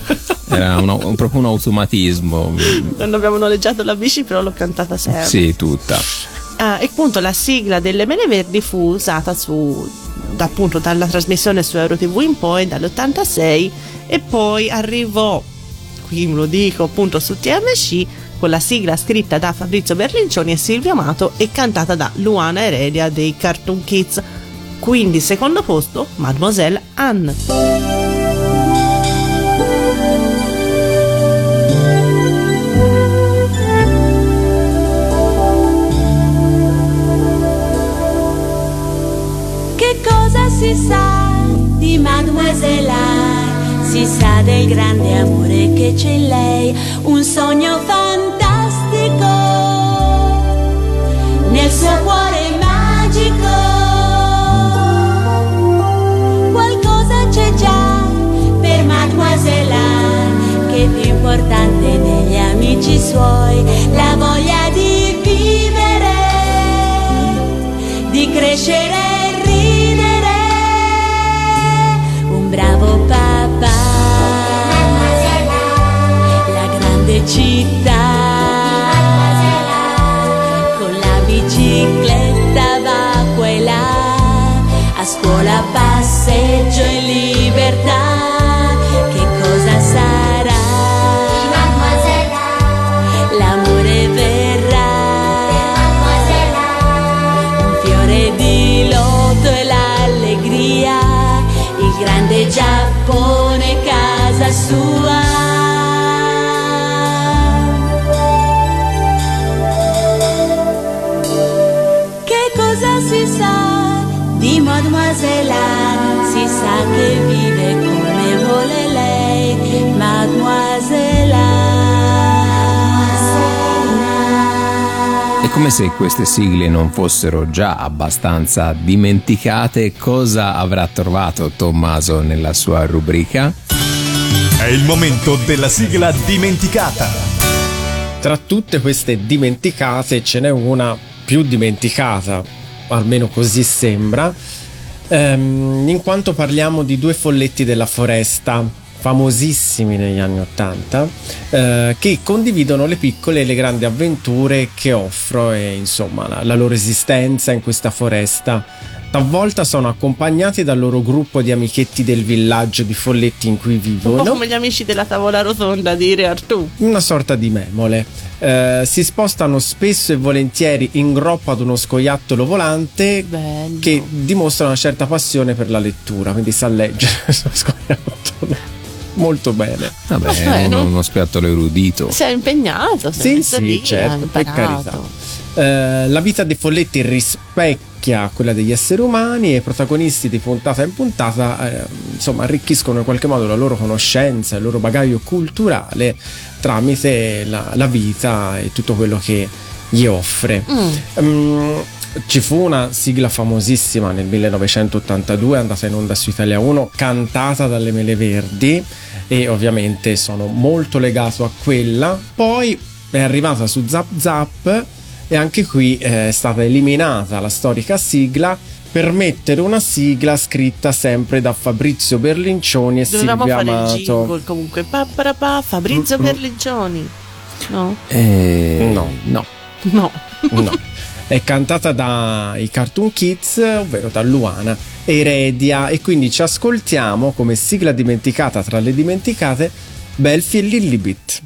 Era una- un- proprio un automatismo. Quando abbiamo noleggiato la bici, però l'ho cantata sempre. Sì, tutta. Ah, e appunto la sigla delle Mele Verdi fu usata su, da, appunto dalla trasmissione su Euro tivù in poi dall'ottantasei, e poi arrivò, qui lo dico appunto, su T M C con la sigla scritta da Fabrizio Berlincioni e Silvio Amato e cantata da Luana Eredia dei Cartoon Kids. Quindi secondo posto Mademoiselle Anne. si sa di Mademoiselle Art? Si sa del grande amore che c'è in lei, un sogno fantastico nel suo cuore magico. Qualcosa c'è già per Mademoiselle Art, che è più importante degli amici suoi, la voglia di vivere, di crescere e ridere, un bravo papà, la grande città, con la bicicletta va qua e là, a scuola passeggio in libertà, che cosa sarà? L'amore verrà, un fiore di loto e l'allegria, il grande Giappone casa sua. Che cosa si sa di Mademoiselle Art? Si sa che vive come vuole lei, Mademoiselle Art. E come se queste sigle non fossero già abbastanza dimenticate, cosa avrà trovato Tommaso nella sua rubrica? È il momento della sigla dimenticata. Tra tutte queste dimenticate ce n'è una più dimenticata, almeno così sembra, ehm, in quanto parliamo di Due folletti della foresta, famosissimi negli anni Ottanta, eh, che condividono le piccole e le grandi avventure che offro e insomma la, la loro esistenza in questa foresta. Talvolta sono accompagnati dal loro gruppo di amichetti del villaggio di folletti in cui Un vivono. po' come gli amici della tavola rotonda di Re Artù. Una sorta di memole. Eh, si spostano spesso e volentieri in groppa ad uno scoiattolo volante. Bello. Che dimostra una certa passione per la lettura, quindi sa leggere questo scoiattolo molto bene. Vabbè, Vabbè, è no? uno, uno scoiattolo erudito. Sei impegnato, sei Sì, messo sì, lì, certo, hai per imparato. carità. Eh, la vita dei folletti rispecchia quella degli esseri umani e i protagonisti di puntata in puntata eh, insomma arricchiscono in qualche modo la loro conoscenza, il loro bagaglio culturale tramite la, la vita e tutto quello che gli offre. Mm. Mm, ci fu una sigla famosissima nel millenovecentottantadue andata in onda su Italia uno, cantata dalle Mele Verdi, e ovviamente sono molto legato a quella. Poi è arrivata su Zap Zap e anche qui è stata eliminata la storica sigla per mettere una sigla scritta sempre da Fabrizio Berlincioni e Dovevamo Silvia fare Amato. il jingle comunque. Pa, pa, pa, Fabrizio Mm-mm. Berlincioni. No? Eh, No. no. No. No, è cantata dai Cartoon Kids, ovvero da Luana e Heredia, e quindi ci ascoltiamo come sigla dimenticata tra le dimenticate Belfi e Lillibit.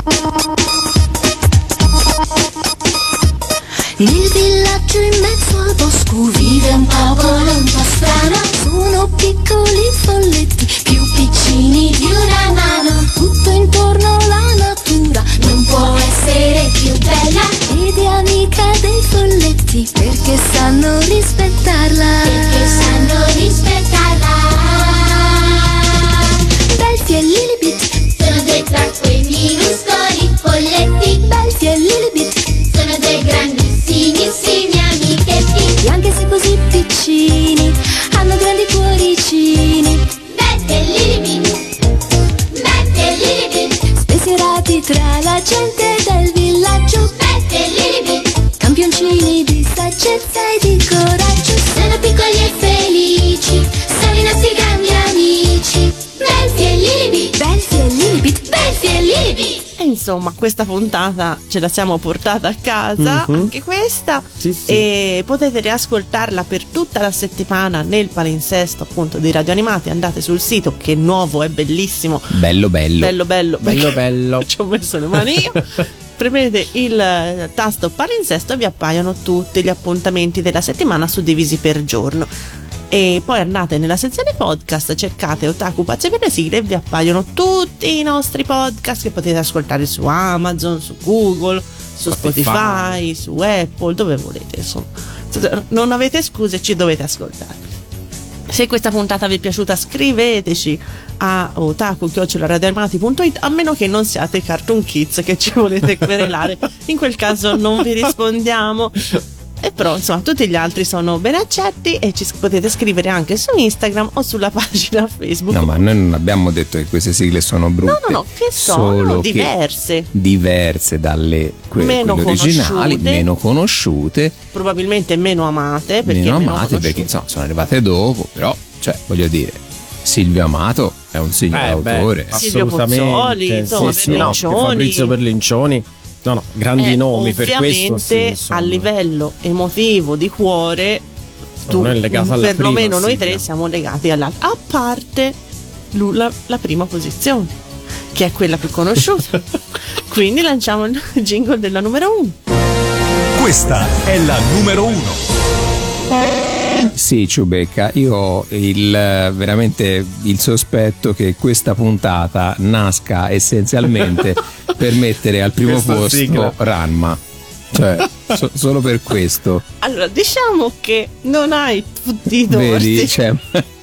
Nel villaggio in mezzo al bosco vive un popolo un po' strano. Sono piccoli folletti più piccini di una mano. Tutto intorno la natura non può essere più bella. Ed è amica dei folletti perché sanno rispettarla. Perché sanno rispettarla. Belfi e Lillibit sono due tra quei minuscoli folletti. Belfi e Lillibit sono dei grandissimissimi amichetti. E anche se così piccini hanno grandi cuoricini. Belfi e Lillibit, Belfi e Lillibit, spensierati tra la gente del villaggio. Belfi e Lillibit, campioncini di saggezza e di coraggio. Sono piccoli e felici, sono i nostri grandi amici. Belfi e Lillibit, Belfi e Lillibit, Belfi e Lillibit. E insomma, questa puntata ce la siamo portata a casa, Mhm. anche questa. Sì, sì. E potete riascoltarla per tutta la settimana nel palinsesto appunto di Radio Animati. Andate sul sito, che è nuovo, è bellissimo. Bello bello. Bello bello Bello bello. Ci ho messo le mani io. Premete il eh, tasto palinsesto e vi appaiono tutti gli appuntamenti della settimana suddivisi per giorno. E poi andate nella sezione podcast, cercate Otaku Pazzi per le sigle e vi appaiono tutti i nostri podcast che potete ascoltare su Amazon, su Google, su Spotify. Spotify, su Apple, dove volete, insomma. Non avete scuse, ci dovete ascoltare. Se questa puntata vi è piaciuta, scriveteci a otaku chiocciola radioarmati punto it, a meno che non siate Cartoon Kids che ci volete querelare. In quel caso non vi rispondiamo. E però insomma tutti gli altri sono ben accetti e ci potete scrivere anche su Instagram o sulla pagina Facebook. No, ma noi non abbiamo detto che queste sigle sono brutte. No, no, no, che sono solo diverse. Che diverse dalle que- Meno quelle originali, conosciute. meno conosciute, Probabilmente meno amate perché meno meno amate perché conosciute. insomma sono arrivate dopo, però cioè voglio dire, Silvio Amato è un signor Eh, beh, autore. Silvio assolutamente. Pozzoli, insomma, Sì, sì, no, Berlincioni. Fabrizio Berlincioni. No, no, grandi Eh, nomi per questo. Sì, ovviamente insomma. a livello emotivo di cuore tu, Uno è legato alla perlomeno prima noi sigla. tre siamo legati all'altra, a parte lu- la, la prima posizione che è quella più conosciuta. Quindi lanciamo il jingle della numero uno. Questa è la numero uno. Sì, Ciubecca, io ho il, veramente il sospetto che questa puntata nasca essenzialmente per mettere al primo Questa posto sigla. Ranma. Cioè, so- solo per questo. Allora, diciamo che non hai tutti i Vedi, torti. cioè,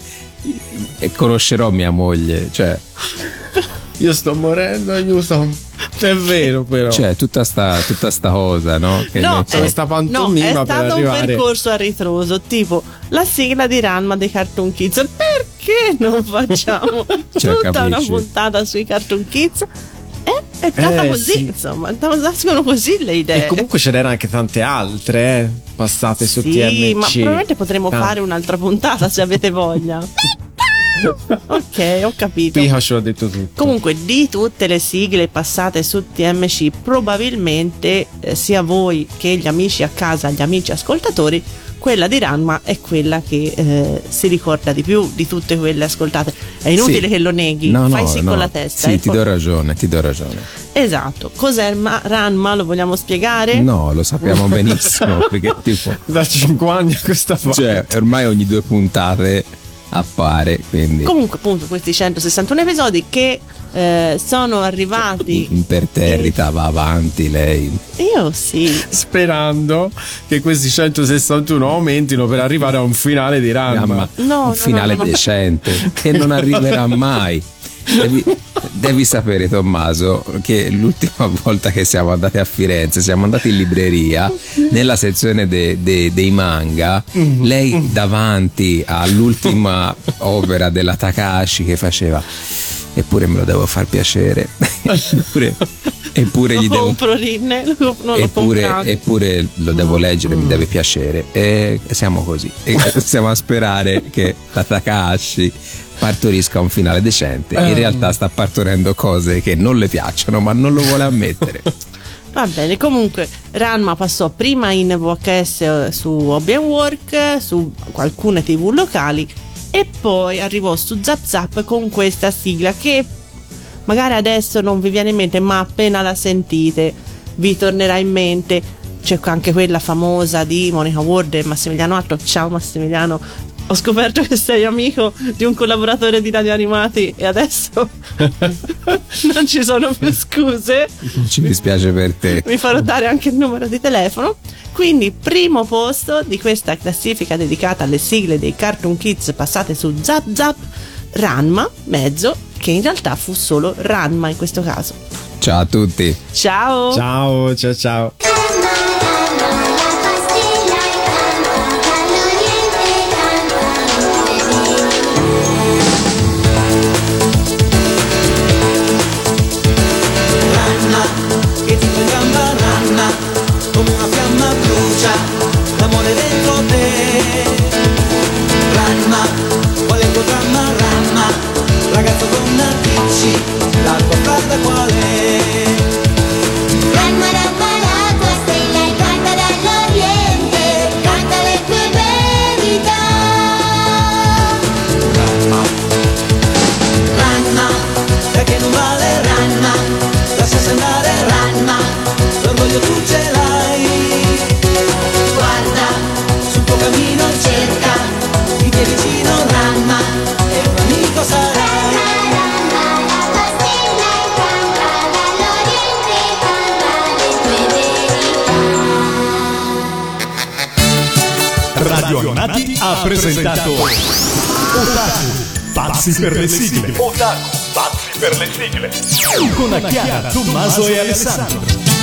e conoscerò mia moglie, cioè, Io sto morendo, aiuto. È vero, però. cioè tutta sta, tutta sta cosa, no? Che No, noi- c'è questa no, pantomima è per stato un arrivare- percorso a ritroso, tipo la sigla di Ranma dei Cartoon Kids. Perché non facciamo Cioè, tutta una capisci? puntata sui Cartoon Kids? Eh, è stata Eh, così, sì. insomma, nascono così le idee. E comunque ce n'erano anche tante altre eh, passate su sì, T M C. ma probabilmente potremmo Ah. fare un'altra puntata se avete voglia. Ok, ho capito. Qui ci ho detto tutto. Comunque, di tutte le sigle passate su T M C, probabilmente eh, sia voi che gli amici a casa, gli amici ascoltatori, quella di Ranma è quella che eh, si ricorda di più di tutte quelle ascoltate. È inutile Sì. che lo neghi, No, fai no, sì no. con la testa. Sì, eh, ti poi- do ragione, ti do ragione. Esatto. Cos'è ma- Ranma? Lo vogliamo spiegare? No, lo sappiamo benissimo, perché tipo, Da cinque anni a questa parte. cioè, ormai ogni due puntate appare, quindi Comunque, appunto, questi centosessantuno episodi che eh, sono arrivati. imperterrita va avanti lei. Io sì. Sperando che questi centosessantuno aumentino per arrivare a un finale di Ranma. Ma No, no, un finale no, no, no. decente che non arriverà mai. Devi, devi sapere, Tommaso, che l'ultima volta che siamo andati a Firenze, siamo andati in libreria nella sezione de- de- dei manga. Lei davanti all'ultima opera della Takahashi che faceva, eppure me lo devo far piacere. eppure, eppure gli Lo devo. compro Rinne, lo comp- non lo Eppure, comprate. eppure lo devo leggere, mi deve piacere. E siamo così. E stiamo a sperare che la Takahashi partorisca un finale decente. In realtà sta partorendo cose che non le piacciono, ma non lo vuole ammettere. Va bene, comunque Ranma passò prima in V H S eh, su Hobby and Work, su alcune tivù locali e poi arrivò su Zap Zap con questa sigla che magari adesso non vi viene in mente, ma appena la sentite vi tornerà in mente. C'è anche quella famosa di Monica Ward e Massimiliano Atto. Ciao Massimiliano, ho scoperto che sei amico di un collaboratore di Radio Animati e adesso non ci sono più scuse. Ci dispiace per te. Vi farò dare anche il numero di telefono. Quindi primo posto di questa classifica dedicata alle sigle dei Cartoon Kids passate su Zap Zap, Ranma, mezzo, che in realtà fu solo Ranma in questo caso. Ciao a tutti. Ciao! Ciao, ciao, ciao. Ranma, che ti in gamba ranna, come una fiamma brucia, l'amore dentro te. Ranma, qual è il tuo dramma, Ranma, ragazzo con nardici, la tua strada qual è? Ranma, Ranma, la tua Animati ha presentato Otaku, pazzi per le sigle. Otaku, pazzi per le sigle. Con Chiara, Tommaso e Alessandro.